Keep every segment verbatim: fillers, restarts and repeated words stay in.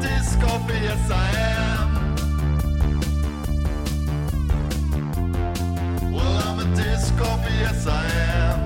discgolf i S I M. Well, I'm a discgolf i S I M.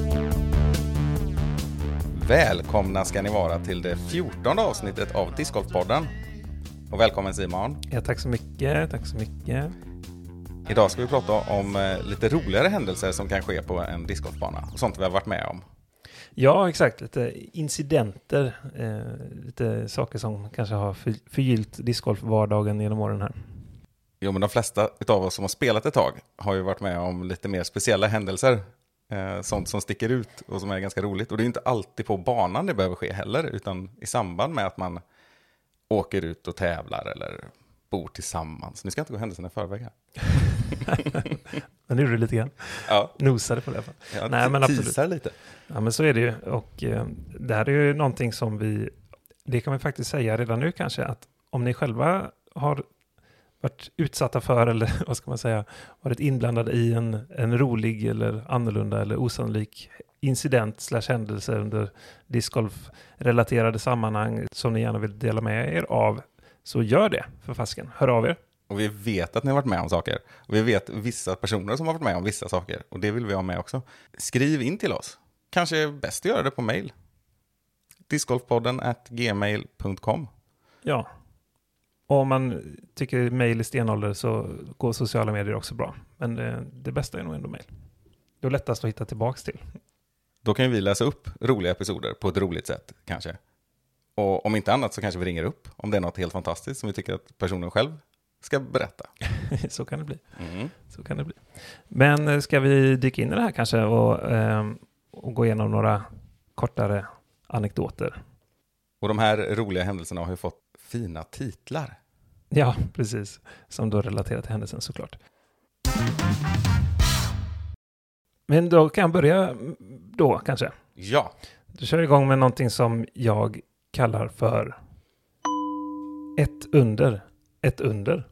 Välkomna ska ni vara till det fjortonde avsnittet av Discgolfpodden. Och välkommen Simon. Ja, tack så mycket, tack så mycket. Idag ska vi prata om eh, lite roligare händelser som kan ske på en discgolfbana. Och sånt vi har varit med om. Ja, exakt. Lite incidenter. Eh, lite saker som kanske har för, förgyllt discgolf-vardagen genom åren här. Jo, men de flesta av oss som har spelat ett tag har ju varit med om lite mer speciella händelser. Eh, sånt som sticker ut och som är ganska roligt. Och det är inte alltid på banan det behöver ske heller. Utan i samband med att man åker ut och tävlar eller bor tillsammans. Nu ska jag inte gå händelserna i förväg här. Men det gjorde du lite grann. Ja. Nosade på det. Jag Nej, men absolut. teasar lite. Ja, men så är det ju. Och eh, det här är ju någonting som vi, det kan man faktiskt säga redan nu kanske, att om ni själva har varit utsatta för, eller vad ska man säga, varit inblandade i en, en rolig eller annorlunda eller osannolik incident slash händelse under discgolf-relaterade sammanhang som ni gärna vill dela med er av, så gör det för fasken. Hör av er. Och vi vet att ni har varit med om saker. Och vi vet vissa personer som har varit med om vissa saker. Och det vill vi ha med också. Skriv in till oss. Kanske är bäst att göra det på mail. discgolfpodden at gmail dot com. Ja. Och om man tycker mail är stenålder så går sociala medier också bra. Men det, det bästa är nog ändå mail. Det är lättast att hitta tillbaks till. Då kan vi läsa upp roliga episoder på ett roligt sätt kanske. Och om inte annat så kanske vi ringer upp om det är något helt fantastiskt som vi tycker att personen själv ska berätta. Så kan det bli. Mm. Så kan det bli. Men ska vi dyka in i det här kanske och, eh, och gå igenom några kortare anekdoter? Och de här roliga händelserna har ju fått fina titlar. Ja, precis. Som då relaterar till händelsen såklart. Men då kan jag börja då kanske. Ja. Du kör igång med någonting som jag kallar för ett under. Ett under.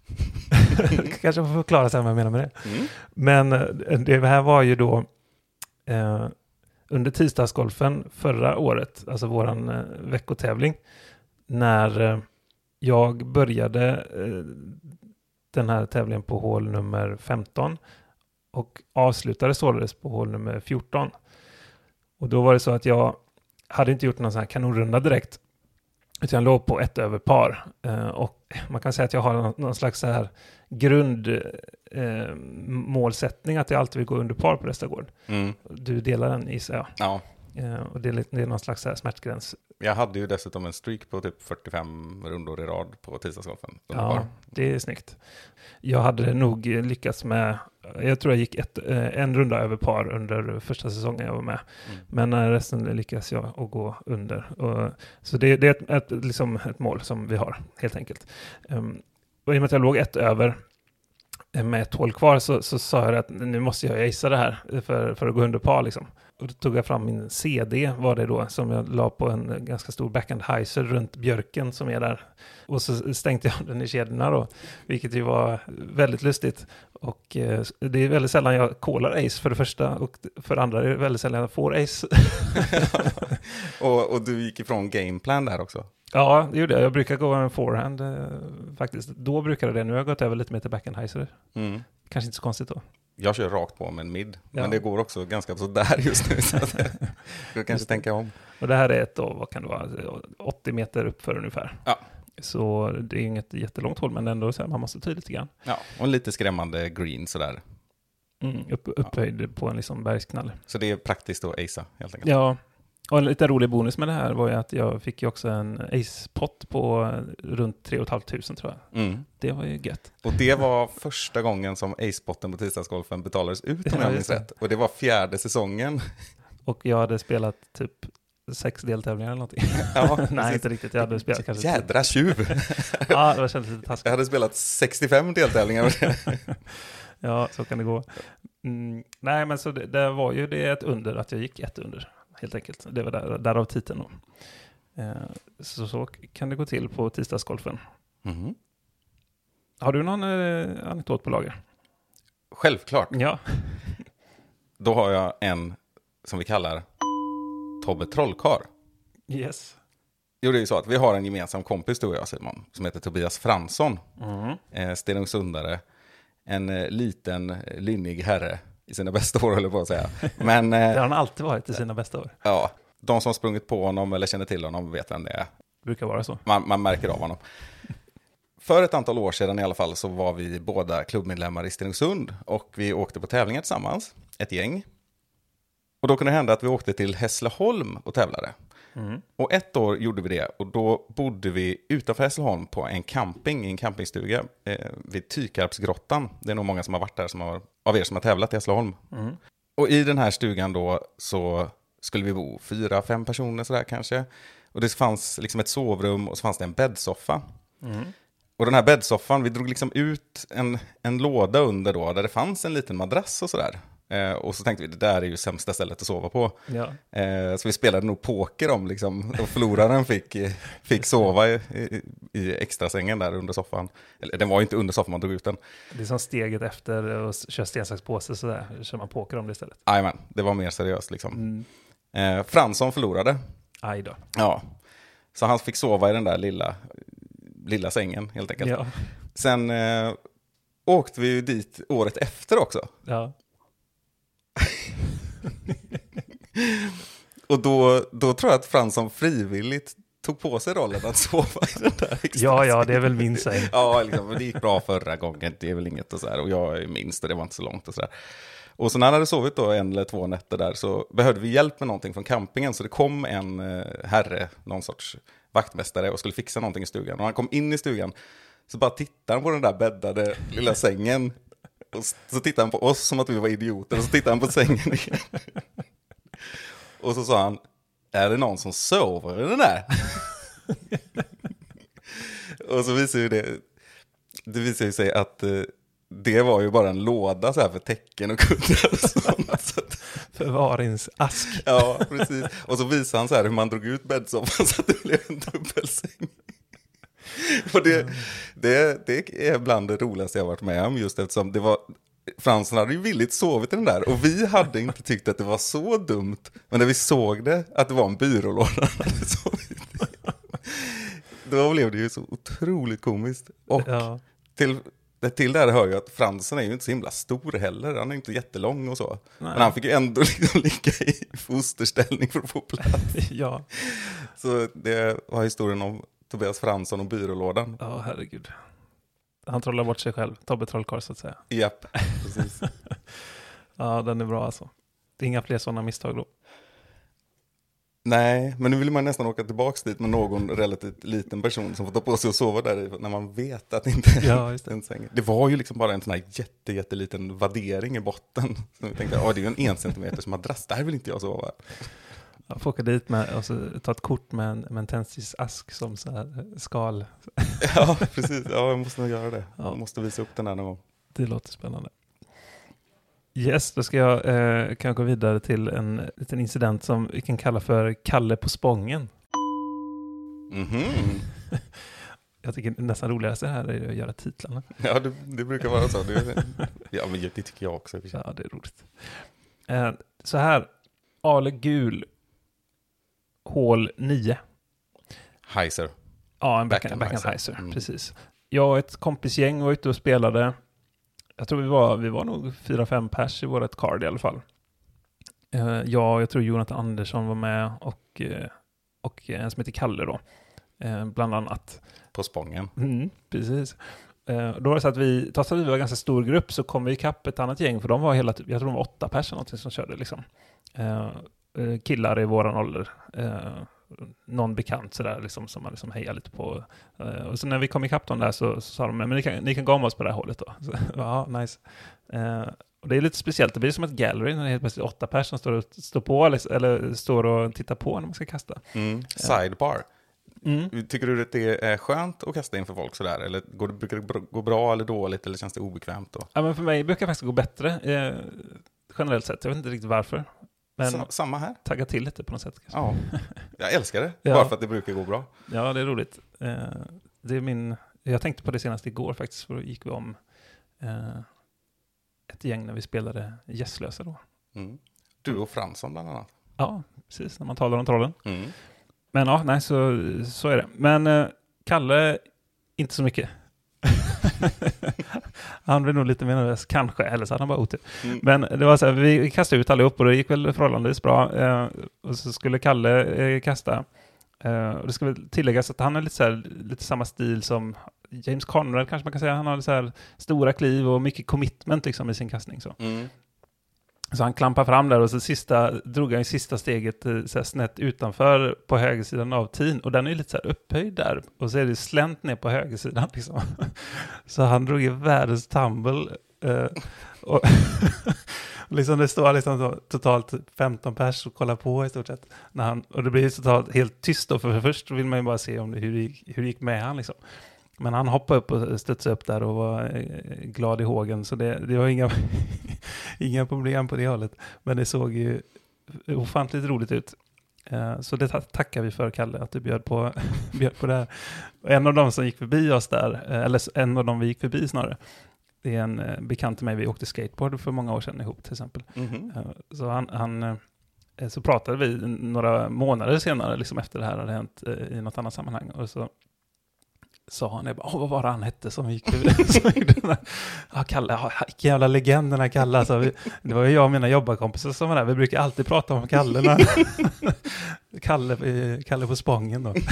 Kanske får förklara sig vad jag menar med det. Mm. Men det här var ju då eh, under tisdagsgolfen förra året, alltså våran eh, veckotävling, när eh, jag började eh, den här tävlingen på hål nummer femton och avslutade således på hål nummer fjorton. Och då var det så att jag hade inte gjort någon sån här kanonrunda direkt, utan jag låg på ett över par. Eh, och man kan säga att jag har någon, någon slags så här grund eh, målsättning att jag alltid vill gå under par på nästa gård. Mm. Du delar den, gissar jag. Ja. Eh, och det är, det är någon slags så här smärtgräns. Jag hade ju dessutom en streak på typ fyrtiofem rundor i rad på tisdagsgolfen. Ja, det är snyggt. Jag hade nog lyckats med, jag tror jag gick ett, en runda över par under första säsongen jag var med. Mm. Men resten lyckas jag att gå under. Och, så det, det är ett, ett, liksom ett mål som vi har, helt enkelt. Um, och i och med att jag låg ett över med ett hål kvar så, så sa jag att nu måste jag acea det här för, för att gå under par liksom. Och då tog jag fram min C D, var det då, som jag la på en ganska stor backhand hyzer runt björken som är där. Och så stängde jag den i kedjorna då, vilket ju var väldigt lustigt. Och eh, det är väldigt sällan jag callar ace för det första, och för det andra är det väldigt sällan jag får ace. och, och du gick ifrån gameplan där också? Ja, det gjorde jag. Jag brukar gå en forehand eh, faktiskt. Då brukade det. Nu har jag gått över lite mer till backhand hyzer. Mm. Kanske inte så konstigt då. Jag kör rakt på med en mid, ja. Men det går också ganska så där just nu. Så att du kanske tänka om. Och det här är ett, då, vad kan det vara, åttio meter upp för ungefär. Ja. Så det är inget jättelångt håll, men ändå så här, man måste ta lite grann. Ja, och en lite skrämmande green sådär. Mm, upp, upphöjd ja. På en liksom bergsknall. Så det är praktiskt att acea helt enkelt? Ja, och en lite rolig bonus med det här var ju att jag fick ju också en ace-pott på runt tre och ett halvt tusen tror jag. Mm. Det var ju gött. Och det var första gången som ace-potten på tisdagsgolfen betalades ut om ja, jag minns rätt. Och det var fjärde säsongen. Och jag hade spelat typ sex deltävlingar eller någonting. Ja, nej, inte riktigt. Jag hade spelat kanske... Jädra tjuv! Ja, det var kändes lite taskigt. Jag hade spelat sextiofem deltävlingar. Ja, så kan det gå. Mm, nej, men så det, det var ju det ett under att jag gick ett under. Helt enkelt. Det var där, därav titeln då. Eh, så, så kan det gå till på tisdagsgolfen. Mm. Har du någon eh, anekdot på lager? Självklart. Ja. Då har jag en som vi kallar Tobbe Trollkar. Yes. Jo, det är ju så att vi har en gemensam kompis, du och jag, Simon, som heter Tobias Fransson. Mm. Eh, Stenungsundare. En eh, liten, lynnig herre i sina bästa år, eller på att säga. Men, eh, Det har han alltid varit i sina bästa år. ja, de som sprungit på honom eller känner till honom vet vem det är. Det brukar vara så. Man, man märker av honom. För ett antal år sedan i alla fall så var vi båda klubbmedlemmar i Stenungsund och vi åkte på tävlingar tillsammans, ett gäng. Och då kunde det hända att vi åkte till Hässleholm och tävlade. Mm. Och ett år gjorde vi det och då bodde vi utanför Hässleholm på en camping, i en campingstuga eh, vid Tykarpsgrottan. Det är nog många som har varit där som har, av er som har tävlat i Hässleholm. Mm. Och i den här stugan då så skulle vi bo fyra, fem personer sådär kanske. Och det fanns liksom ett sovrum och så fanns det en bäddsoffa. Mm. Och den här bäddsoffan, vi drog liksom ut en, en låda under då där det fanns en liten madrass och sådär. Eh, och så tänkte vi, det där är ju sämsta stället att sova på. Ja. Eh, så vi spelade nog poker om liksom, och förloraren fick, fick sova i, i, i extra sängen där under soffan. Eller den var ju inte under soffan, man drog ut den. Det är som steget efter och kör sten, sax, påse sådär. Kör man poker om det istället. Jajamän, det var mer seriöst liksom. Mm. Eh, Fransson förlorade. Aj då. Ja, så han fick sova i den där lilla, lilla sängen helt enkelt. Ja. Sen eh, åkte vi ju dit året efter också. Ja. Och då, då tror jag att Fransson frivilligt tog på sig rollen att sova i den där extra Ja, ja, det är väl min säng. Ja, liksom, men det gick bra förra gången, det är väl inget och så här. Och jag är minst och det var inte så långt och så där. Och så när han hade sovit då en eller två nätter där så behövde vi hjälp med någonting från campingen. Så det kom en eh, herre, någon sorts vaktmästare och skulle fixa någonting i stugan. Och han kom in i stugan så bara tittade han på den där bäddade lilla sängen. Och så tittade han på oss som att vi var idioter och så tittade han på sängen igen. Och så sa han, är det någon som sover i den där? Och så visade ju det, det visade ju sig att eh, det var ju bara en låda så här för täcken och kuddar och sånt. Så att, Förvaringsask. ja, precis. Och så visade han så här hur man drog ut bäddsoffan så att det blev en dubbelsäng. Och det, det, det är bland det roligaste jag varit med om, just eftersom det var, Fransson hade ju villigt sovit i den där och vi hade inte tyckt att det var så dumt, men när vi såg det att det var en byrålåda han hade sovit i, då blev det ju så otroligt komiskt. Och Ja. till, till det här hör jag att Fransson är ju inte så himla stor heller, han är inte jättelång och så. Nej. Men han fick ju ändå liksom ligga i fosterställning för att få plats. Ja. Så det var historien om Tobias Fransson och byrålådan. Ja, herregud. Han trollar bort sig själv. Tobbe Trollkarl så att säga. Japp, precis. Ja, den är bra alltså. Det är inga fler sådana misstag då. Nej, men nu vill man nästan åka tillbaka dit med någon relativt liten person som får ta på sig och sova där i, när man vet att det inte är Ja, just det. en säng. Det var ju liksom bara en sån här jätte, jätteliten vaddering i botten. Så vi tänkte, ja det är ju en en centimeters madrass, där vill inte jag sova. Ja, får åka dit med och så ta ett kort med en, med en tändsticksask som så här skal. Ja, precis. Ja, jag måste nog göra det. Ja. Jag måste visa upp den här någon gång. Det låter spännande. Yes, då ska jag eh, kan jag gå vidare till en liten incident som vi kan kalla för Kalle på Spången. Mhm. Jag tycker nästan roligast här är att göra titlarna. Ja, det, det brukar vara så. Det, ja, men det tycker jag också. Ja, det är roligt. Eh, så här, Ale Gul, hål nio. Heiser. Ja, en Backhand backhand, backhand heiser. heiser, Mm. precis. Jag och ett kompisgäng var ute och spelade. Jag tror vi var, vi var nog fyra, fem pers i vårt card i alla fall. Eh, jag, jag tror Jonathan Andersson var med och, eh, och en som heter Kalle då. Eh, bland annat. På Spången. Mm, precis. Eh, då var det så att vi, trots att vi var en ganska stor grupp så kom vi ikapp ett annat gäng för de var hela, jag tror de var åtta personer någonting som körde liksom. Eh, eh, killar i våran ålder. Eh, någon bekant sådär liksom, som man liksom hejar lite på. Uh, och så när vi kom ikapp dem där så, så sa de, men ni kan, ni kan gå med oss på det här hållet då. Så, ja, nice. Uh, och det är lite speciellt, det blir som ett gallery när det är helt plötsligt åtta personer står, och, står på eller, eller står och tittar på när man ska kasta. Mm. Sidebar. Mm. Tycker du att det är skönt att kasta inför folk sådär? Eller går det, brukar det gå bra eller dåligt? Eller känns det obekvämt då? Ja, men för mig brukar det faktiskt gå bättre eh, generellt sett. Jag vet inte riktigt varför. Men Så, samma här. tagga till lite på något sätt. Kanske. Ja, jag älskar det. Ja. Bara för att det brukar gå bra. Ja, det är roligt. Eh, det är min, jag tänkte på det senast igår faktiskt, för då gick vi om eh, ett gäng när vi spelade Gässlösa då. Mm. Du och Fransson bland annat. Ja, precis, när man talar om trollen. Mm. Men ja, nej, så, så är det. Men eh, Kalle, inte så mycket. Han blev nog lite mer nervös, kanske, eller så hade han bara otur. Mm. Men det var så här, vi kastade ut allihop och det gick väl förhållandevis bra. Eh, och så skulle Kalle eh, kasta. Eh, och det ska väl tilläggas att han är lite, så här, lite samma stil som James Conrad, kanske man kan säga. Han har så här stora kliv och mycket commitment liksom i sin kastning. Så. Mm. Så han klampar fram där och så sista, drog han i sista steget så här snett utanför på högersidan av tin. Och den är lite så här upphöjd där. Och så är det slänt ner på högersidan liksom. Så han drog i världens tumble. Eh, och liksom det står liksom så, totalt femton pers och kollar på i stort sett. När han, och det blir totalt helt tyst då. För först vill man ju bara se om det, hur, det gick, hur det gick med han liksom. Men han hoppade upp och studsade upp där och var glad i hågen. Så det, det var inga, inga problem på det hållet. Men det såg ju ofantligt roligt ut. Så det tackar vi för, Kalle, att du bjöd på, bjöd på det här. Och en av dem som gick förbi oss där, eller en av dem vi gick förbi snarare, det är en bekant till mig. Vi åkte skateboard för många år sedan ihop till exempel. Mm-hmm. Så han... han så pratade vi några månader senare liksom efter det här hade hänt i något annat sammanhang. Och så sa han, jag bara, vad var det han hette som gick över? Ja, Kalle, ja, vilken jävla legend den här Kalle. Alltså, vi, det var ju jag och mina jobbarkompisar som var där. Vi brukar alltid prata om Kalle. När, Kalle, Kalle på Spången då.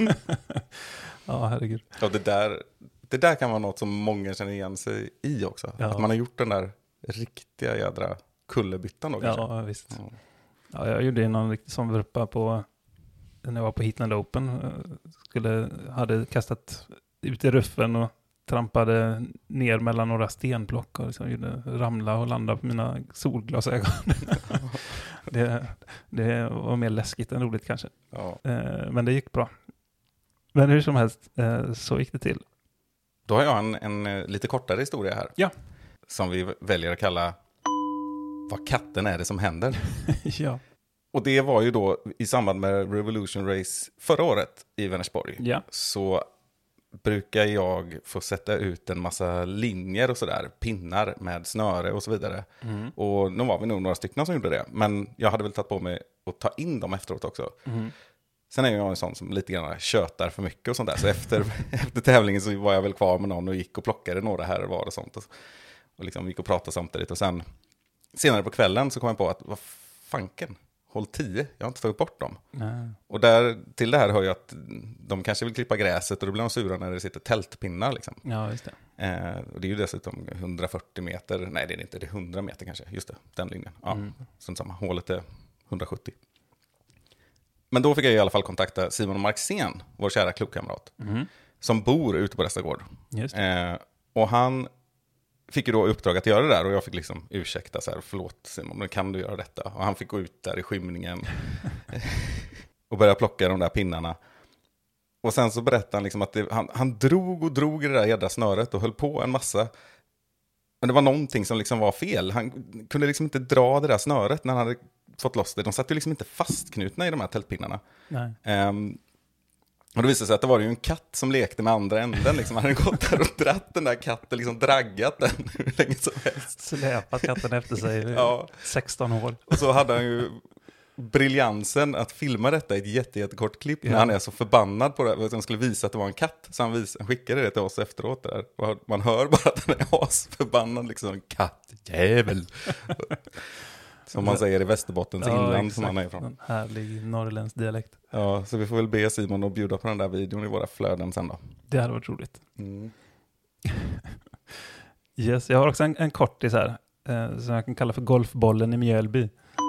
Ja, herregud. Ja, det där, det där kan vara något som många känner igen sig i också. Ja. Att man har gjort den där riktiga jädra kullerbyttan då kanske. Ja, visst. Ja. Ja, jag gjorde någon riktig som vurpa på när jag var på Heatland Open. Skulle, hade kastat ut i ruffen och trampade ner mellan några stenblock och liksom gjorde, ramla och landa på mina solglasögon. det, det var mer läskigt än roligt kanske. Ja. Eh, men det gick bra. Men hur som helst eh, så gick det till. Då har jag en, en lite kortare historia här. Ja. Som vi väljer att kalla Vad katten är det som händer? Ja. Och det var ju då i samband med Revolution Race förra året i Vänersborg. Ja. Så brukar jag få sätta ut en massa linjer och sådär. Pinnar med snöre och så vidare. Mm. Och nu var vi nog några stycken som gjorde det. Men jag hade väl tagit på mig att ta in dem efteråt också. Mm. Sen är jag en sån som lite grann tjötar för mycket och sånt där. Så efter, efter tävlingen så var jag väl kvar med någon och gick och plockade några här och var och sånt. Och, och liksom gick och pratade samtidigt. Och sen senare på kvällen så kom jag på att vad fanken, håll tio, jag har inte tagit bort dem. Nej. Och där, till det här hör jag att de kanske vill klippa gräset och då blir de sura när det sitter tältpinnar. Liksom. Ja, just det. Eh, och det är ju dessutom hundrafyrtio meter, nej det är inte, det är hundra meter kanske, just det, den linjen. Ja, mm. Sånt samma, hålet är hundrasjuttio. Men då fick jag i alla fall kontakta Simon Marxén, vår kära klubbkamrat, mm. som bor ute på dessa gård. Just eh, och han fick ju då uppdrag att göra det där och jag fick liksom ursäkta så här, förlåt Simon, men kan du göra detta? Och han fick gå ut där i skymningen och börja plocka de där pinnarna. Och sen så berättade han liksom att det, han, han drog och drog i det där jädra snöret och höll på en massa. Men det var någonting som liksom var fel. Han kunde liksom inte dra det där snöret när han hade fått loss det. De satt ju liksom inte fastknutna i de här tältpinnarna. Nej. Um, och det visade sig att det var ju en katt som lekte med andra änden. Liksom. Han hade gått där och dratt den där katten, liksom draggat den hur länge som helst. Släpat katten efter sig i ja. sexton år. Och så hade han ju briljansen att filma detta i ett jätte, jättekort klipp. Ja. När han är så förbannad på det. Att han skulle visa att det var en katt. Så han, vis, han skickade det till oss efteråt där. Och man hör bara att han är asförbannad. Liksom en kattjävel. Som man säger i Västerbottens ja, inland exakt. Som han är ifrån. En härlig norrländsk dialekt. Ja, så vi får väl be Simon att bjuda på den där videon i våra flöden sen då. Det hade varit roligt. Mm. Yes, jag har också en, en kortis här. Eh, som jag kan kalla för golfbollen i Mjölby.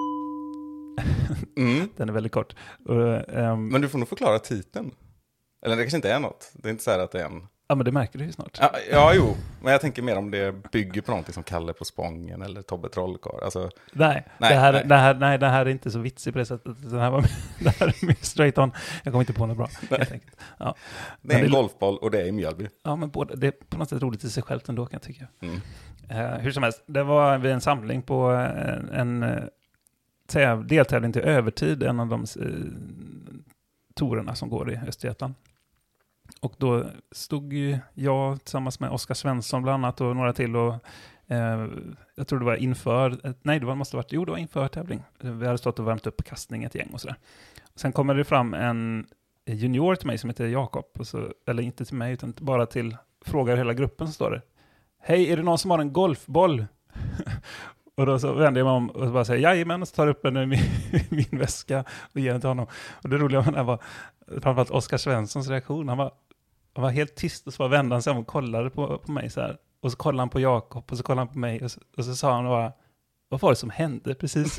Mm. Den är väldigt kort. Och, um, men du får nog förklara titeln. Eller det kanske inte är något. Det är inte så här att det är en... Ja, men det märker du ju snart. Ja, ja, jo. Men jag tänker mer om det bygger på någonting som Kalle på Spången eller Tobbe Trollkarl. Alltså, nej, nej, det här, nej. Det här, nej, det här är inte så vitsig på det sättet. Det här, var, det här är mer straight on. Jag kommer inte på något bra. Ja. Det är en det, golfboll och det är i Mjölby. Ja, men både, det är på något sätt roligt i sig självt ändå, kan jag tycka. Mm. Uh, hur som helst, det var vid en samling på en... en täv, deltävling till övertid, en av de eh, torerna som går i Östergötland. Och då stod ju jag tillsammans med Oskar Svensson bland annat och några till och eh, jag tror det var inför, nej det var, måste ha varit, jo det var inför tävling. Vi hade stått och värmt upp kastning ett gäng och sådär. Sen kommer det fram en junior till mig som heter Jakob. Och så, eller inte till mig utan bara till frågar hela gruppen, så står det: hej, är det någon som har en golfboll? Och då så vänder jag mig om och bara säger jajamän, och så tar upp den i min, min väska och ger den till honom. Och det roliga var, var framförallt Oskar Svenssons reaktion. Han var, han var helt tyst och så vände han sig om och kollade på, på mig så här. Och så kollade han på Jakob och så kollade han på mig och så, och så sa han bara: vad var det som hände precis?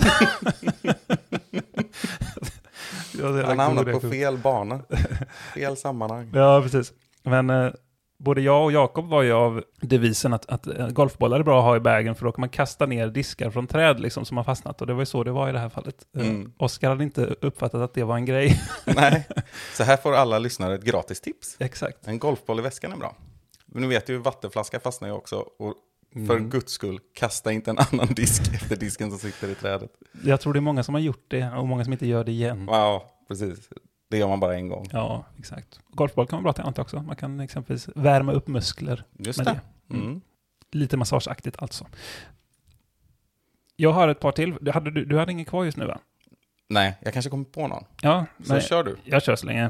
Han hamnade på fel bana. Fel sammanhang. Ja, precis. Men eh, både jag och Jakob var ju av devisen att, att eh, golfbollar är bra att ha i bagen, för då kan man kasta ner diskar från träd liksom, som har fastnat. Och det var ju så det var i det här fallet. Mm. Eh, Oskar hade inte uppfattat att det var en grej. Nej, så här får alla lyssnare ett gratis tips. Exakt. En golfboll i väskan är bra. Men nu vet ju, vattenflaska fastnar ju också. Och för mm. guds skull, kasta inte en annan disk efter disken som sitter i trädet. Jag tror det är många som har gjort det och många som inte gör det igen. Ja, precis. Det gör man bara en gång. Ja, exakt. Golfboll kan man bra till annat också. Man kan exempelvis värma upp muskler. Just med det. det. Mm. Mm. Lite massageaktigt alltså. Jag har ett par till. Du hade, du, du hade ingen kvar just nu, va? Nej, jag kanske kommer på någon. Ja, så nej, kör du. Jag kör så länge.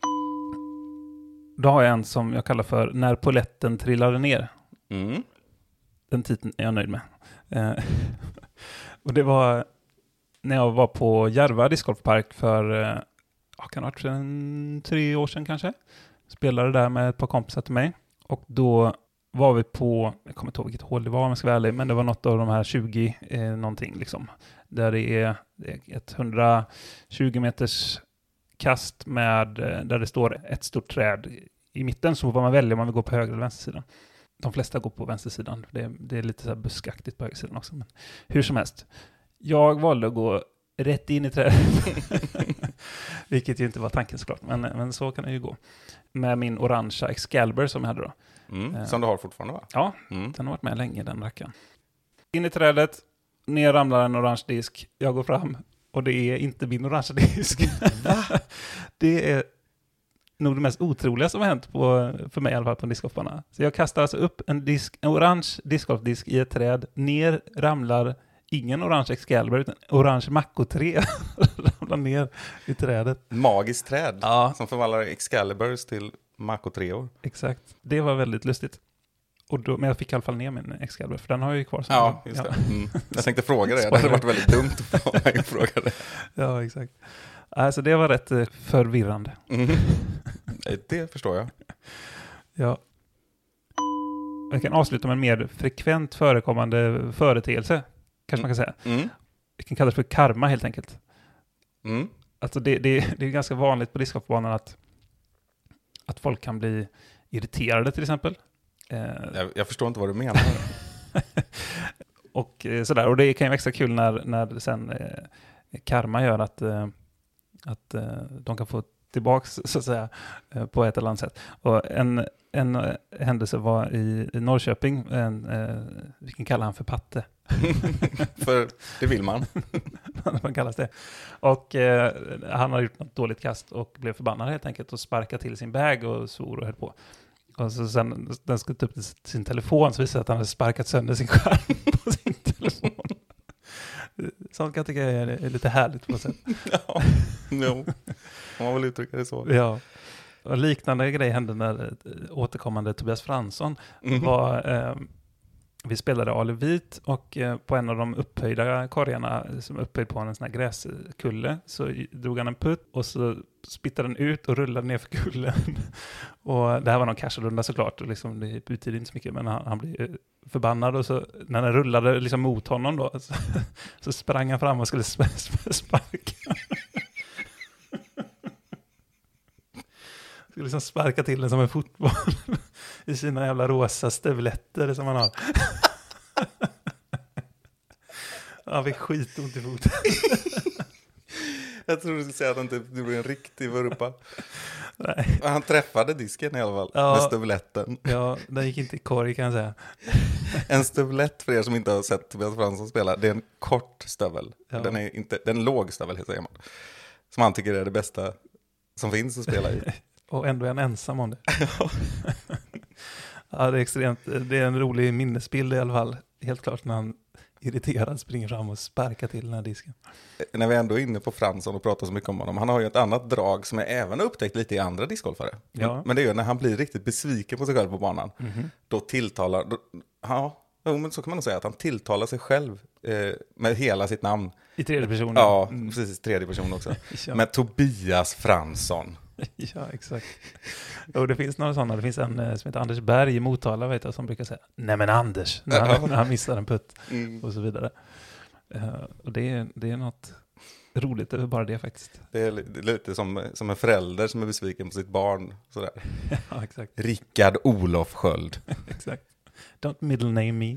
Då har jag en som jag kallar för När poletten trillade ner. Mm. Den titeln är jag nöjd med. Eh, och det var när jag var på Järva discgolfpark för eh, kan det ha varit en, tre år sedan kanske. Spelade där med ett par kompisar till mig. Och då var vi på, jag kommer inte ihåg vilket hål det var om jag ska vara ärlig, men det var något av de här tjugo eh, någonting liksom. Där det är, det är ett hundratjugo meters kast med, där det står ett stort träd i mitten, så får man välja om man vill gå på höger eller vänstersidan. De flesta går på vänstersidan. Det är, det är lite så här buskaktigt på högersidan också. Men hur som helst. Jag valde att gå rätt in i trädet. Vilket ju inte var tanken såklart. Men, men så kan det ju gå. Med min orangea Excalibur som jag hade då. Mm, uh, som du har fortfarande, va? Ja, mm. Den har varit med länge, den rackaren. In i trädet. Ner ramlar en orange disk. Jag går fram. Och det är inte min orange disk. Det är nog det mest otroliga som har hänt på, för mig i alla fall på en discgolfbana. Så jag kastar alltså upp en, disk, en orange discgolfdisk i ett träd. Ner ramlar ingen orange Excalibur utan orange Mach tre ramlar ner i trädet. Magiskt träd, ja, som förvandlar Excaliburs till Mach tre-or. Exakt. Det var väldigt lustigt. Och då, men jag fick i alla fall ner min Excalibur, för den har jag ju kvar. Ja, just ja. det. Mm. Jag tänkte fråga det. Det hade varit väldigt dumt att få mig fråga det. Ja, exakt. Alltså det var rätt eh, förvirrande. Mm. Det förstår jag. Ja. Jag kan avsluta med en mer frekvent förekommande företeelse. Kanske mm. man kan säga. Mm. Vi kan kalla det för karma helt enkelt. Mm. Alltså det, det, det är ganska vanligt på discgolfbanan att, att folk kan bli irriterade till exempel. Jag, jag förstår inte vad du menar. och sådär. Och det kan ju vara extra kul när, när sen eh, karma gör att, eh, att eh, de kan få tillbaks så att säga eh, på ett eller annat sätt. Och en, en eh, händelse var i, i Norrköping. En, eh, vi kan kalla han för Patte. För det vill man. Man kallas det. Och eh, han har gjort något dåligt kast och blev förbannad helt enkelt och sparkade till sin bag och svor och höll på. Och så sen den skulle ta upp sin telefon, så visade det att han hade sparkat sönder sin skärm på sin telefon. Sånt kan jag tycka är, är lite härligt på något sätt. Ja, no. Om man vill uttrycka det så. Ja. Och liknande grej hände när återkommande Tobias Fransson mm. var... Eh, vi spelade Ale Vit och eh, på en av de upphöjda korgarna som upphöjd på en sån här gräskulle så drog han en putt och så spittade den ut och rullade ner för kullen. Och det här var någon cashrunda såklart och liksom, det betyder inte så mycket, men han, han blev förbannad och så när den rullade liksom mot honom då så, så sprang han fram och skulle sp- sp- sparka. Skulle liksom sparka till den som en fotboll i sina jävla rosa stövletter som han har. Han fick skitont i foten. Jag tror du skulle säga att han typ, det blev en riktig vurpa. Nej. Han träffade disken i alla fall, ja, med stövletten. Ja, den gick inte i korg kan jag säga. En stövlett, för er som inte har sett Tobias Fransson spela, det är en kort stövel. Ja. Den är inte, den är en låg stövel, säger man. Som han tycker är det bästa som finns att spela i. Och ändå är han ensam om det. Ja, det är extremt. Det är en rolig minnesbild i alla fall. Helt klart när han irriterad springer fram och sparkar till den här disken. När vi ändå är inne på Fransson och pratar så mycket om honom, han har ju ett annat drag som jag även har upptäckt lite i andra discgolfare. Ja. Men, men det är ju när han blir riktigt besviken på sig själv på banan. Mm-hmm. Då tilltalar, då, ja, jo, men så kan man nog säga att han tilltalar sig själv eh, med hela sitt namn. I tredje person. Ja, mm. precis, tredje person också. Ja. Med Tobias Fransson. Ja, exakt. Och det finns några sådana. Det finns en eh, som heter Anders Berg i Motala, vet jag, som brukar säga nej men Anders, när han, när han missar en putt Mm. och så vidare. Uh, och det är, det är något roligt över bara det faktiskt. Det är, det är lite som, som en förälder som är besviken på sitt barn. Sådär. Ja, exakt. Rickard Olof Sköld. Exakt. Don't middle name me.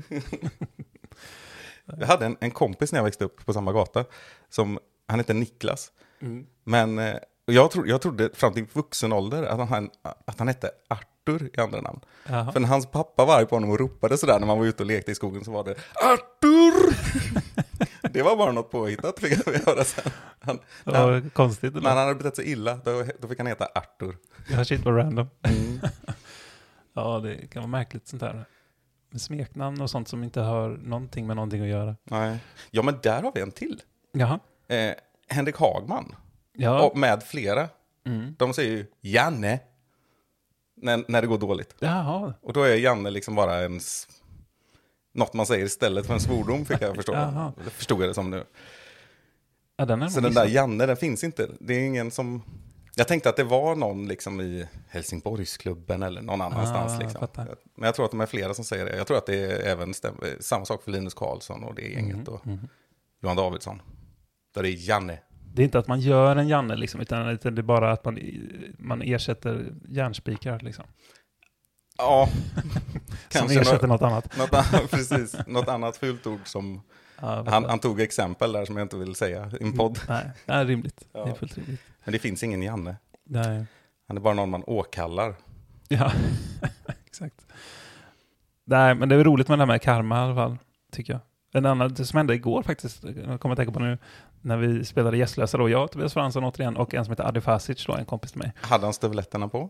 Jag hade en, en kompis när jag växte upp på samma gata. Som, han heter Niklas. Mm. Men eh, jag, tro, jag trodde fram till vuxen ålder att han, att han hette Arthur i andra namn. Jaha. För när hans pappa var arg på honom och ropade sådär när man var ute och lekte i skogen så var det Arthur! Det var bara något påhittat, fick jag höra sen. Han, Det när, var han, konstigt. när Eller? han hade betett sig illa, då, då fick han heta Arthur. Ja, shit var random. Mm. Ja, det kan vara märkligt sånt här. Med smeknamn och sånt som inte har någonting med någonting att göra. Nej. Ja, men där har vi en till. Jaha. Eh, Henrik Hagman. Ja. Och med flera. Mm. De säger ju Janne. När, när det går dåligt. Jaha. Och då är Janne liksom bara en... s- Något man säger istället för en svordom, fick jag förstå. Jaha. Det förstod jag det som nu. Ja, den är Så nog den där missat. Janne, den finns inte. Det är ingen som... Jag tänkte att det var någon liksom i Helsingborgsklubben eller någon annanstans. Ah, liksom. fattar. Men jag tror att de är flera som säger det. Jag tror att det är även stäm- samma sak för Linus Karlsson och det gänget. Mhm, Och mhm. Johan Davidsson. Där det är Janne. Det är inte att man gör en Janne liksom, utan det är bara att man, man ersätter järnspikar liksom. Ja, Som ersätter något, något annat. något, annat, precis, något annat fult ord som... Ja, Han, han tog exempel där som jag inte vill säga i en podd. Nej, det är rimligt. Ja. Det är fullt rimligt. Men det finns ingen Janne. Nej. Han är bara någon man åkallar. Ja, exakt. Nej, men det är roligt med det här med karma i alla fall, tycker jag. En annan det som hände igår faktiskt, jag kommer att tänka på nu, när vi spelade gästlösa då, jag, Tobias Fransson återigen, och en som heter Adi Fasic då, en kompis till mig. Hade han stövletterna på?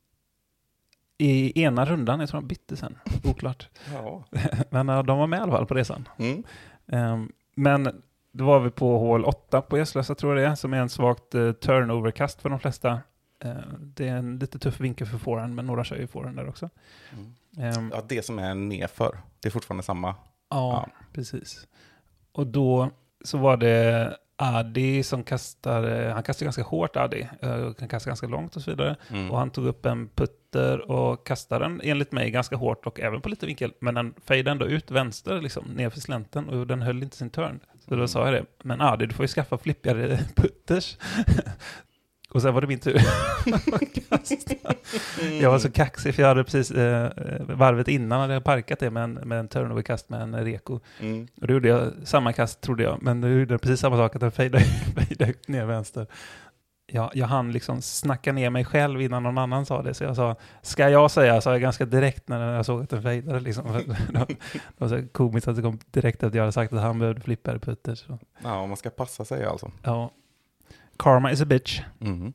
I ena rundan, jag tror han bytte sen, oklart. Ja. Men uh, de var med i alla fall på resan. Mm. Um, men då var vi på hål åtta på gästlösa, tror jag det är, som är en svagt uh, turnoverkast för de flesta. Uh, det är en lite tuff vinkel för forehand, men några kör ju forehand där också. Mm. Um, Ja, det som är nedför. Det är fortfarande samma. Ja, Ja. precis. Och då så var det Adi som kastade, han kastade ganska hårt Adi, uh, kan kasta ganska långt och så vidare. Mm. Och han tog upp en putter och kastade den enligt mig ganska hårt och även på lite vinkel. Men den fejdade ändå ut vänster liksom, ner för slänten och den höll inte sin turn. Så då Mm. sa jag det, men Adi du får ju skaffa flippigare putters. Och sen var det min tur att kasta. Jag var så kaxig för jag hade precis eh, varvet innan hade jag parkat det med en, med en turnoverkast med en reko. Mm. Och då gjorde jag samma kast trodde jag, men nu gjorde jag precis samma sak att den fejdade, fejdade ut ner vänster. Jag, jag hann liksom snacka ner mig själv innan någon annan sa det, så jag sa, ska jag säga, sa jag ganska direkt när jag såg att den fejdade liksom. Det var så komiskt att det kom direkt efter att jag hade sagt att han behövde flippare putter. Så. Ja, man ska passa sig alltså. Ja. Karma is a bitch. Mm.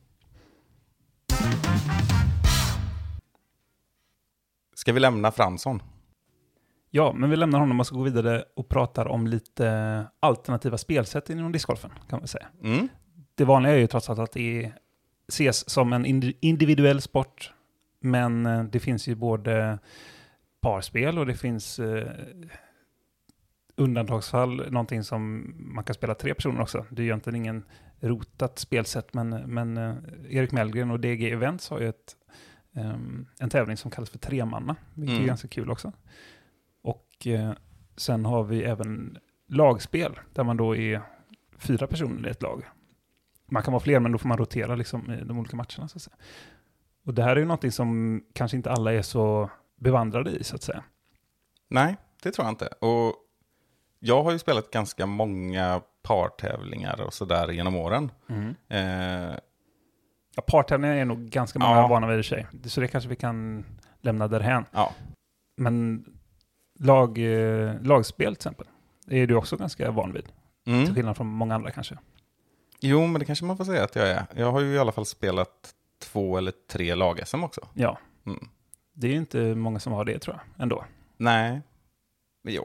Ska vi lämna Fransson? Ja, men vi lämnar honom och ska gå vidare och pratar om lite alternativa spelsätt inom discgolfen, kan man säga. Mm. Det vanliga är ju trots allt att det ses som en individuell sport, men det finns ju både parspel och det finns eh, undantagsfall, någonting som man kan spela tre personer också. Det är ju egentligen ingen rotat spelsätt, men, men eh, Erik Mellgren och D G Events har ju ett, um, en tävling som kallas för tremanna, vilket Mm. är ganska kul också. Och eh, sen har vi även lagspel, där man då är fyra personer i ett lag. Man kan vara fler, men då får man rotera liksom i de olika matcherna, så att säga. Och det här är ju någonting som kanske inte alla är så bevandrade i, så att säga. Nej, det tror jag inte. Och jag har ju spelat ganska många partävlingar och sådär genom åren. Mm. Eh, Ja, partävlingar är nog ganska många Ja. vana vid i sig. Så det kanske vi kan lämna därhän. ja. Men lag, eh, lagspel till exempel är du också ganska van vid. Till Mm. skillnad från många andra kanske. Jo, men det kanske man får säga att jag är. Jag har ju i alla fall spelat två eller tre lag-S M också. Ja, Mm. det är ju inte många som har det tror jag ändå. Nej, men jo.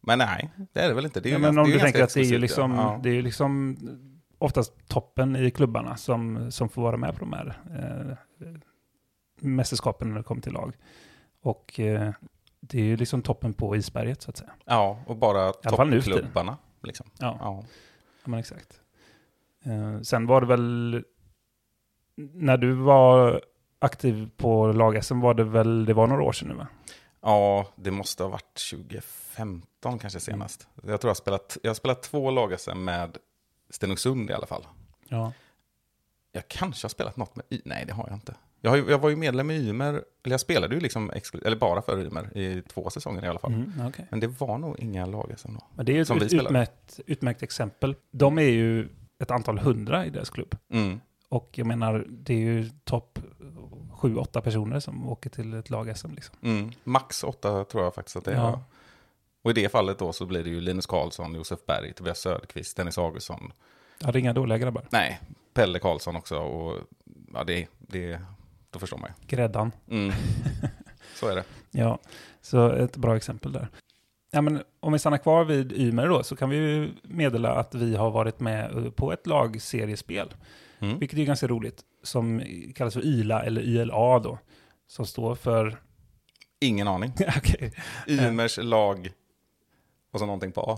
Men nej, det är det väl inte. Det är Ja, ju men ganska, om det är du ju tänker ganska att det är ju exklusivt, liksom, ja. det är ju liksom oftast toppen i klubbarna som, som får vara med på de här eh, mästerskapen när det kommer till lag. Och eh, det är ju liksom toppen på isberget så att säga. Ja, och bara alla fall nu för tiden. toppklubbarna. Liksom. Ja. Ja. Ja, men exakt. Eh, sen var det väl, när du var aktiv på lag-S M var det väl, det var några år sedan nu va? Ja, det måste ha varit tjugo femton kanske senast. Mm. Jag tror jag har spelat, jag har spelat två lag-S M med Stenungsund i alla fall. Ja. Jag kanske har spelat något med Y. Nej, det har jag inte. Jag, har ju, jag var ju medlem i Ymer, eller jag spelade ju liksom exklu- eller bara för Ymer i två säsonger i alla fall. Mm, okay. Men det var nog inga lag-S M då. Men det är ju ett utmärkt, utmärkt exempel. De är ju ett antal hundra i deras klubb. Mm. Och jag menar, det är ju topp sju, åtta personer som åker till ett lag-S M liksom. Mm. Max åtta tror jag faktiskt att det är. Ja. Och i det fallet då så blir det ju Linus Karlsson, Josef Berg, Tobias Söderqvist, Dennis Augustsson. Ja, det är inga dåliga grabbar. Nej, Pelle Karlsson också. Och ja, det, det, då förstår man ju. Gräddan. Mm. Så är det. Ja, så ett bra exempel där. Ja, men om vi stannar kvar vid Ymer då så kan vi ju meddela att vi har varit med på ett lagseriespel. Mm. Vilket är ganska roligt. Som kallas för Y L A eller Y L A då. Som står för... Ingen aning. Okay. Ymers lag och så någonting på A.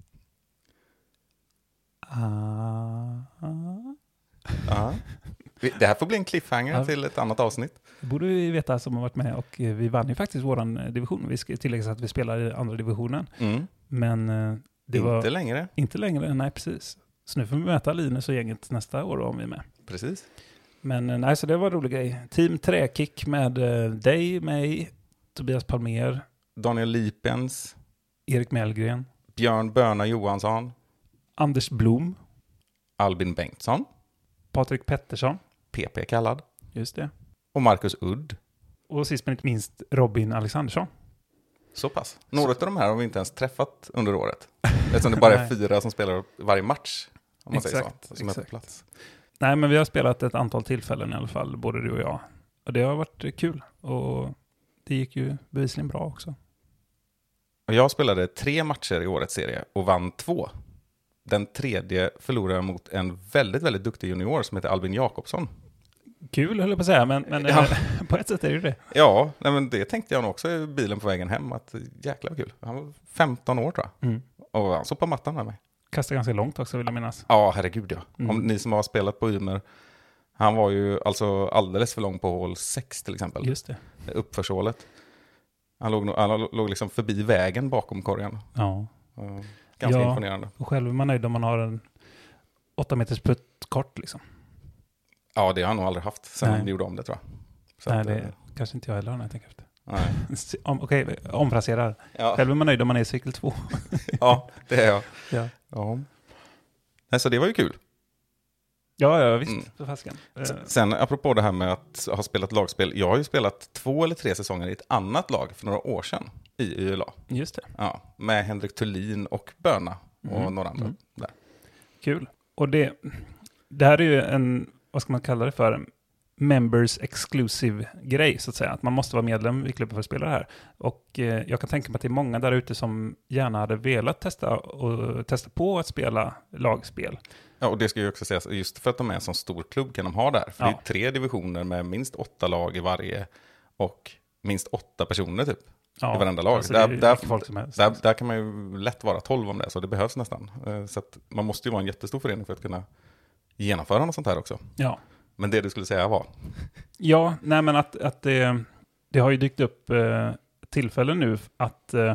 Uh, uh. Det här får bli en cliffhanger uh. till ett annat avsnitt. Det borde vi veta som har varit med och vi vann ju faktiskt våran division. Vi ska tillägga att vi spelar i andra divisionen. Mm. Men det inte var... längre. Inte längre, nej precis. Så nu får vi möta Linus och gänget nästa år om vi är med. Precis. Men nej, så det var en rolig grej. Team Träkick med uh, dig, mig, Tobias Palmer, Daniel Lipens, Erik Mellgren, Björn Börna Johansson, Anders Blom, Albin Bengtsson, Patrik Pettersson, P P kallad, just det, och Marcus Udd. Och sist men inte minst Robin Alexandersson. Så pass. Några av de här har vi inte ens träffat under året. Eftersom det bara är fyra som spelar varje match. Om man exakt, säger så. Som exakt. är på plats. Nej, men vi har spelat ett antal tillfällen i alla fall, både du och jag. Och det har varit kul. Och det gick ju bevisligen bra också. Och jag spelade tre matcher i årets serie och vann två. Den tredje förlorade jag mot en väldigt, väldigt duktig junior som heter Albin Jakobsson. Kul höll jag på att säga, men, men ja. På ett sätt är det ju det. Ja, nej, men det tänkte jag nog också i bilen på vägen hem. Att jäkla vad kul. Han var femton år tror jag. Mm. Och han såg på mattan med mig. Kastade ganska långt också vill jag minnas. Ja, herregud ja. Mm. Om ni som har spelat på Ymer. Han var ju alltså alldeles för lång på hål sex till exempel. Just det. Uppförshålet. Han låg, han låg liksom förbi vägen bakom korgen. Ja. Uh, ganska ja, imponerande. Och själv är man nöjd om man har en åtta meters puttkort liksom. Ja, det har han nog aldrig haft sen han gjorde om det tror jag. Så Nej, att, det uh, kanske inte jag heller när jag tänker efter. Nej. om, Okej, okay, omfraserar. Ja. Själv är man nöjd om man är i cykel två. Ja, det är jag. Ja. Ja. Nej, så det var ju kul. Ja, ja visst. Mm. För fasken. Sen apropå det här med att ha spelat lagspel. Jag har ju spelat två eller tre säsonger i ett annat lag för några år sedan i Y L A. Just det. Ja, med Henrik Thulin och Böna och mm. några andra mm. där. Kul. Och det, det här är ju en, vad ska man kalla det för, members exclusive grej så att säga. Att man måste vara medlem i klubben för att spela det här. Och eh, jag kan tänka mig att det är många där ute som gärna hade velat testa, och, testa på att spela lagspel. Ja, och det ska ju också sägas, just för att de är en sån stor klubb kan de ha där. För ja. Det är tre divisioner med minst åtta lag i varje och minst åtta personer typ ja, i varenda lag. Alltså där, där, folk som helst. Där, där kan man ju lätt vara tolv om det, så det behövs nästan. Så att man måste ju vara en jättestor förening för att kunna genomföra något sånt här också. Ja. Men det du skulle säga var? Ja, nej men att, att det, det har ju dykt upp eh, tillfällen nu att eh,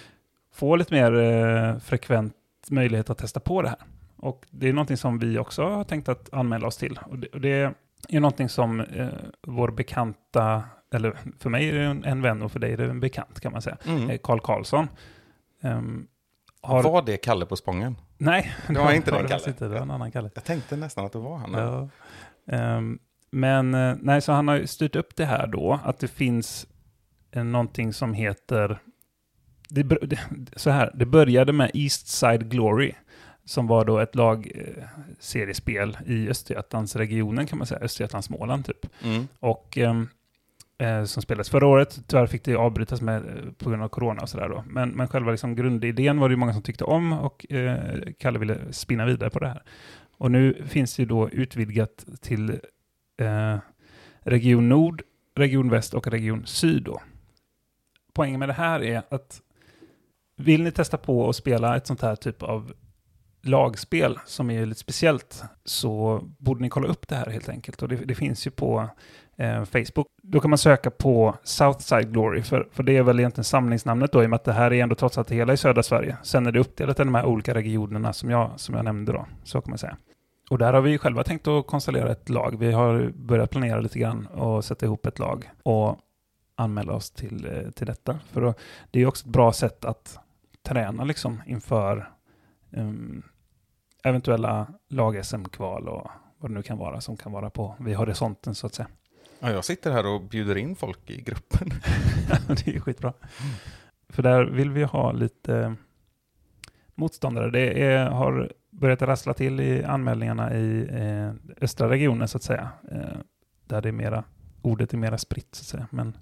få lite mer eh, frekvent möjlighet att testa på det här. Och det är någonting som vi också har tänkt att anmäla oss till. Och det, och det är någonting som eh, vår bekanta, eller för mig är det en, en vän och för dig är det en bekant kan man säga, mm. Carl Karlsson. Um, har... Var det Kalle på Spången? Nej, det var inte den det Kalle. Inte, det var en annan Kalle. Jag tänkte nästan att det var han. Ja. Um, men nej, så han har styrt upp det här då, att det finns eh, någonting som heter, det, det, så här, det började med East Side Glory, som var då ett lag eh, seriespel i Östergötlandsregionen kan man säga, Östergötland Småland typ. Mm. Och eh, eh, som spelades förra året. Tyvärr fick det avbrytas med, på grund av corona och sådär då. Men, men själva liksom grundidén var det ju många som tyckte om och eh, Kalle ville spinna vidare på det här. Och nu finns det ju då utvidgat till eh, Region Nord, Region Väst och Region Syd då. Poängen med det här är att vill ni testa på att spela ett sånt här typ av lagspel som är lite speciellt, så borde ni kolla upp det här helt enkelt. Och det, det finns ju på eh, Facebook. Då kan man söka på Southside Glory, för, för det är väl egentligen samlingsnamnet då, i och med att det här är ändå trots allt hela i södra Sverige. Sen är det uppdelat i de här olika regionerna som jag, som jag nämnde då, så kan man säga. Och där har vi själva tänkt att konstellera ett lag. Vi har börjat planera lite grann och sätta ihop ett lag och anmäla oss till, till detta. För då, det är också ett bra sätt att träna liksom inför um, eventuella lag-S M-kval och vad det nu kan vara som kan vara på vid horisonten så att säga. Ja, jag sitter här och bjuder in folk i gruppen. Det är skitbra. Mm. För där vill vi ha lite motståndare. Det är, har börjat rassla till i anmälningarna i eh, östra regionen så att säga. Eh, där det är mera, ordet är mera spritt så att säga. Men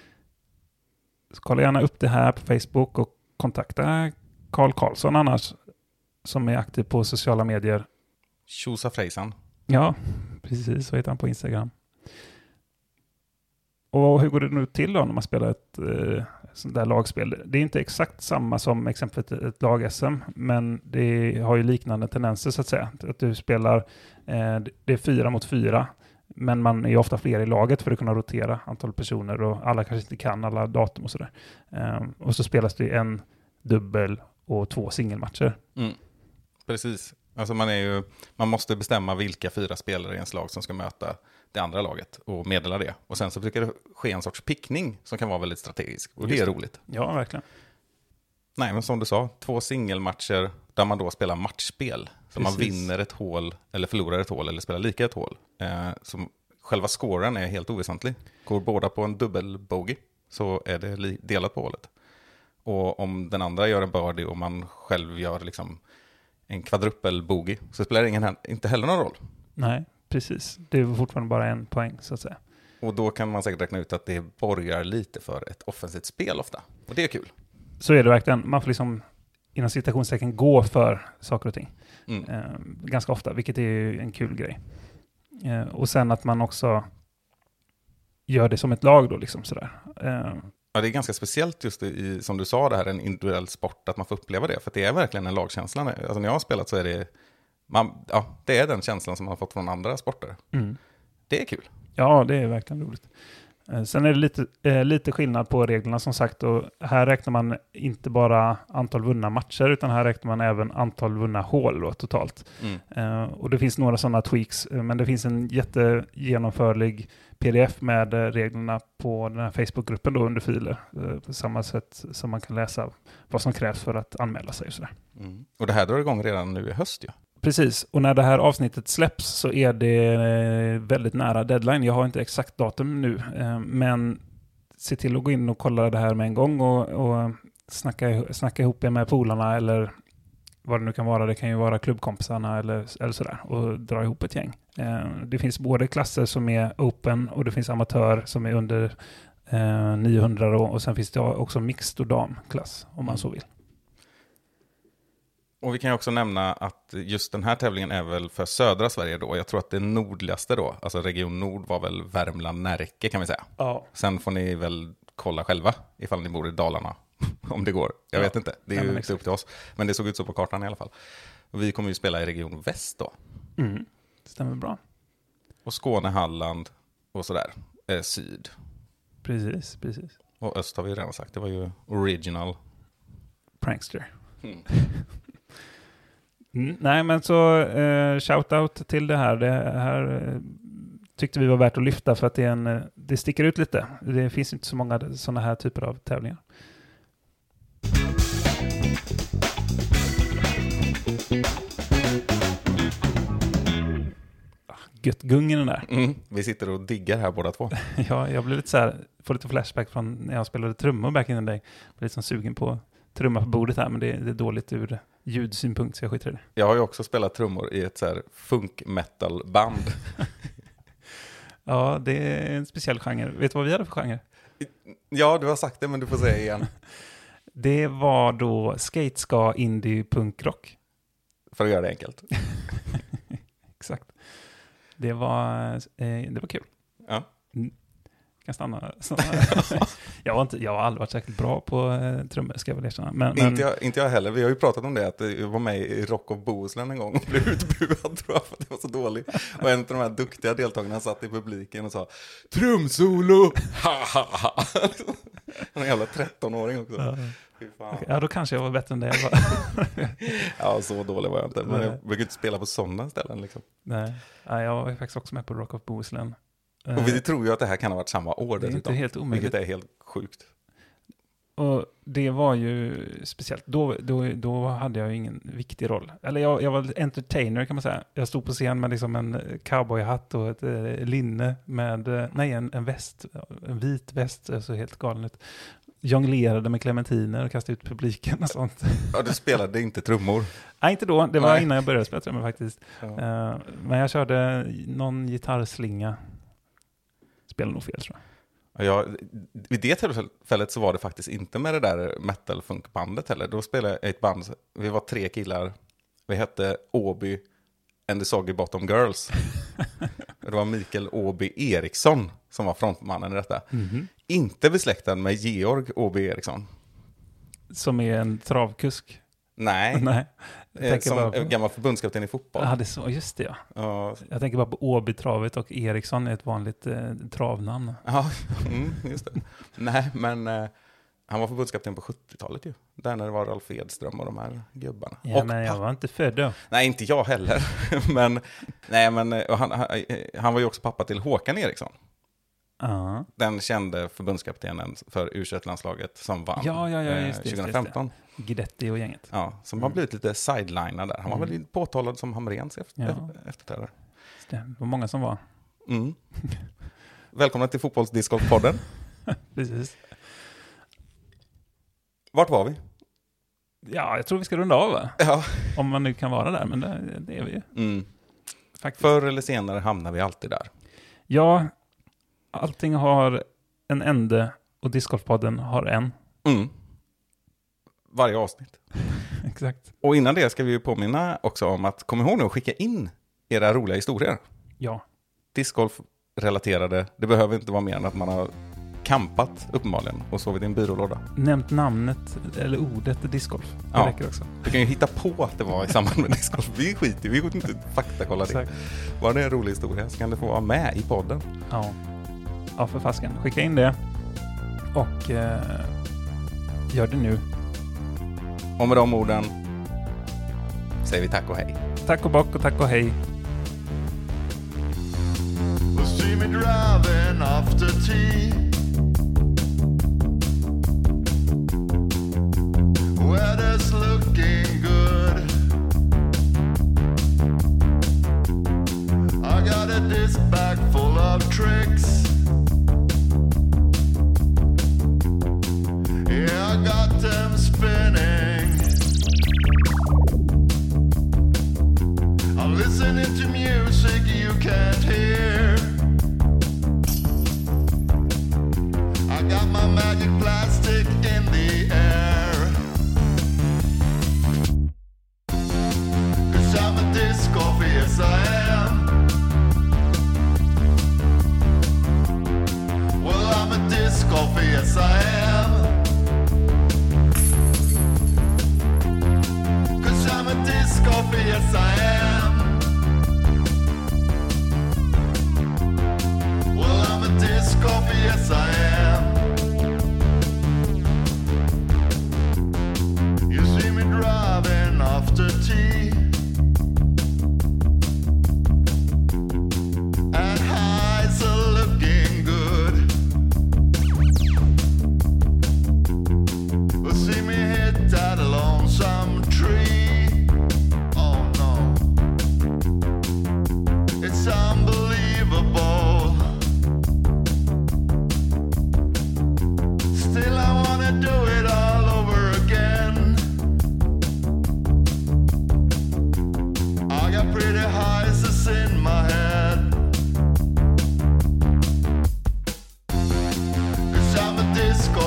kolla gärna upp det här på Facebook och kontakta Carl Karlsson annars, som är aktiv på sociala medier. Tjosa Frejsan. Ja, precis. Så heter han på Instagram. Och hur går det nu till då när man spelar ett eh, sånt där lagspel? Det är inte exakt samma som exempelvis ett lag-S M, men det har ju liknande tendenser så att säga. Att du spelar, eh, det är fyra mot fyra, men man är ju ofta fler i laget för att kunna rotera antal personer och alla kanske inte kan alla datum och sådär. Eh, och så spelas det en dubbel och två singelmatcher. Mm. Precis. Alltså man, är ju, man måste bestämma vilka fyra spelare i ens lag som ska möta det andra laget och meddela det. Och sen så brukar det ske en sorts pickning som kan vara väldigt strategisk. Och det är roligt. Ja, verkligen. Nej, men som du sa, två singelmatcher där man då spelar matchspel. Så man vinner ett hål eller förlorar ett hål eller spelar lika ett hål. Eh, som själva scoren är helt oväsentlig. Går båda på en dubbelbogey så är det li- delat på hålet. Och om den andra gör en birdie och man själv gör liksom en kvadruppelbogey så spelar det ingen, inte heller någon roll. Nej, precis. Det är fortfarande bara en poäng så att säga. Och då kan man säkert räkna ut att det borgar lite för ett offensivt spel ofta. Och det är kul. Så är det verkligen. Man får liksom inom citationstecken gå för saker och ting. Mm. Eh, ganska ofta, vilket är ju en kul grej. Eh, och sen att man också gör det som ett lag då liksom sådär. Eh, Ja, det är ganska speciellt just i, som du sa, det här en individuell sport, att man får uppleva det. För det är verkligen en lagkänsla. Alltså när jag har spelat så är det, man, ja, det är den känslan som man har fått från andra sporter. Mm. Det är kul. Ja, det är verkligen roligt. Sen är det lite, eh, lite skillnad på reglerna som sagt. Och här räknar man inte bara antal vunna matcher, utan här räknar man även antal vunna hål då, totalt. Mm. Eh, och det finns några sådana tweaks, men det finns en jättegenomförlig P D F med reglerna på den här Facebookgruppen då under filer. Eh, på samma sätt som man kan läsa vad som krävs för att anmäla sig och sådär. Mm. Och det här drar igång redan nu i höst ju. Ja. Precis, och när det här avsnittet släpps så är det väldigt nära deadline. Jag har inte exakt datum nu, men se till att gå in och kolla det här med en gång och, och snacka, snacka ihop er med polarna eller vad det nu kan vara. Det kan ju vara klubbkompisarna eller, eller sådär och dra ihop ett gäng. Det finns både klasser som är open och det finns amatör som är under niohundra då, och sen finns det också mixed och damklass om man så vill. Och vi kan ju också nämna att just den här tävlingen är väl för södra Sverige då. Jag tror att det nordligaste då, alltså region nord var väl Värmland, Närke kan vi säga. Ja. Sen får ni väl kolla själva ifall ni bor i Dalarna, om det går. Jag ja. vet inte, det är ju inte upp till oss. Men det såg ut så på kartan i alla fall. Och vi kommer ju spela i region väst då. Mm, det stämmer bra. Och Skåne, Halland och sådär, eh, syd. Precis, precis. Och öst har vi redan sagt, det var ju original. Prankster. Mm. Mm, nej, men så eh, shout-out till det här. Det här eh, tyckte vi var värt att lyfta för att det, är en, det sticker ut lite. Det finns inte så många sådana här typer av tävlingar. Gött gungen där. Mm, vi sitter och diggar här båda två. Ja, jag blev lite så här, får lite flashback från när jag spelade trummor back in the day. Jag blev lite som sugen på trumma på bordet här, men det, det är dåligt ur ljudsynpunkt så jag skiter i det. Jag har ju också spelat trummor i ett så här funk metal band. Ja, det är en speciell genre. Vet du vad vi hade för genre? Ja, du har sagt det, men du får säga igen. Det var då skate-ska, indie, punkrock. För att göra det enkelt. Exakt. Det var, eh, det var kul. Ja. Mm. Kan stanna. stanna. jag, var inte, jag har aldrig varit särskilt bra på eh, trummor, ska jag väl erkänna. Men, men... Inte, jag, inte jag heller. Vi har ju pratat om det, att jag var med i Rock of Bohuslän en gång och blev utbuad, tror jag, för att det var så dålig. Och en av de här duktiga deltagarna satt i publiken och sa trumsolo! Ha, ha, ha. En jävla tretton-åring också. Ja. Fy fan. Okay, ja, då kanske jag var bättre än det. Ja, så dålig var jag inte. Men jag brukar inte spela på sådana ställen liksom. Nej, ja, jag var faktiskt också med på Rock of Bohuslän. Och vi tror ju att det här kan ha varit samma år. Det är inte helt omöjligt. Vilket är helt sjukt. Och det var ju speciellt. Då, då, då hade jag ju ingen viktig roll. Eller jag, jag var entertainer, kan man säga. Jag stod på scen med liksom en cowboyhatt och ett eh, linne med, eh, nej, en, en väst. En vit väst, så helt galet. Jonglerade med clementiner och kastade ut publiken och sånt. Ja, du spelade inte trummor. Nej, inte då. Det var Nej. innan jag började spela trummor faktiskt. Ja. Uh, men jag körde någon gitarrslinga. Spelade nog fel, tror jag. Ja, vid det tillfället så var det faktiskt inte med det där metal-funkbandet heller. Då spelade jag ett band, vi var tre killar. Vi hette Åby and the Soggy Bottom Girls. Det var Mikael Åby Eriksson som var frontmannen i detta. Mm-hmm. Inte besläktad med Georg Åby Eriksson. Som är en travkusk. Nej, Nej. eh, som bara på... gammal förbundskapten i fotboll. Ja, det är så, just det, ja. Ja. Jag tänker bara på Åbytravet och Eriksson är ett vanligt eh, travnamn. Ja, mm, just det. Nej, men eh, han var förbundskapten på sjuttiotalet ju. Där när det var Ralf Edström och de här gubbarna. Ja, och men jag var inte född då. Nej, inte jag heller. men nej, men eh, han, han, han var ju också pappa till Håkan Eriksson. Ja. Den kände förbundskaptenen för U tjugoett-landslaget som vann Ja, ja, ja, just det, tjugohundrafemton. just det. Guidetti och gänget. Ja, som Mm. har blivit lite sidelinad där. Han var Mm. väl påtalad som Hamrens efter, Ja. efterträdare. Det var många som var. Mm. Välkomna till Fotbollsdiscgolfpodden. Precis. Vart var vi? Ja, jag tror vi ska runda av, va? Ja. Om man nu kan vara där, men det, det är vi ju. Mm. Faktiskt. Förr eller senare hamnar vi alltid där. Ja, allting har en ände och Discgolfpodden har en. Mm. Varje avsnitt. Exakt. Och innan det ska vi ju påminna också om att kom ihåg nu att skicka in era roliga historier. Ja. Discgolf-relaterade. Det behöver inte vara mer än att man har kampat uppenbarligen och sovit i en byrålåda. Nämnt namnet eller ordet discgolf. Det Ja. räcker också. Du kan ju hitta på att det var i samband med discgolf. Vi skiter, vi går inte faktakolla det. Exakt. Var det en rolig historia så kan det få vara med i podden. Ja. Ja, för fasken. Skicka in det. Och eh, gör det nu. Och med de orden säger vi tack och hej. Tack och bock och tack och hej. Will see me driving after tea. Weather's looking good. I got a disc bag full of tricks. Yeah, I got them spinning. I'm listening to music you can't hear. I got my magic plastic in the air. 'Cause I'm a disc golfer, yes I am. Well, I'm a disc golfer, yes I am. 'Cause I'm a disc golfer, yes I am. Well, I'm a disc golfer, yes I am. You see me driving after tea. And highs are looking good.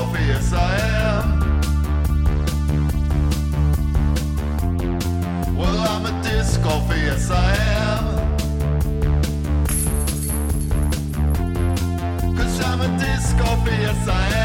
off, yes I am. Well, I'm a disc off, yes I am. Cause I'm a disc off, yes I am.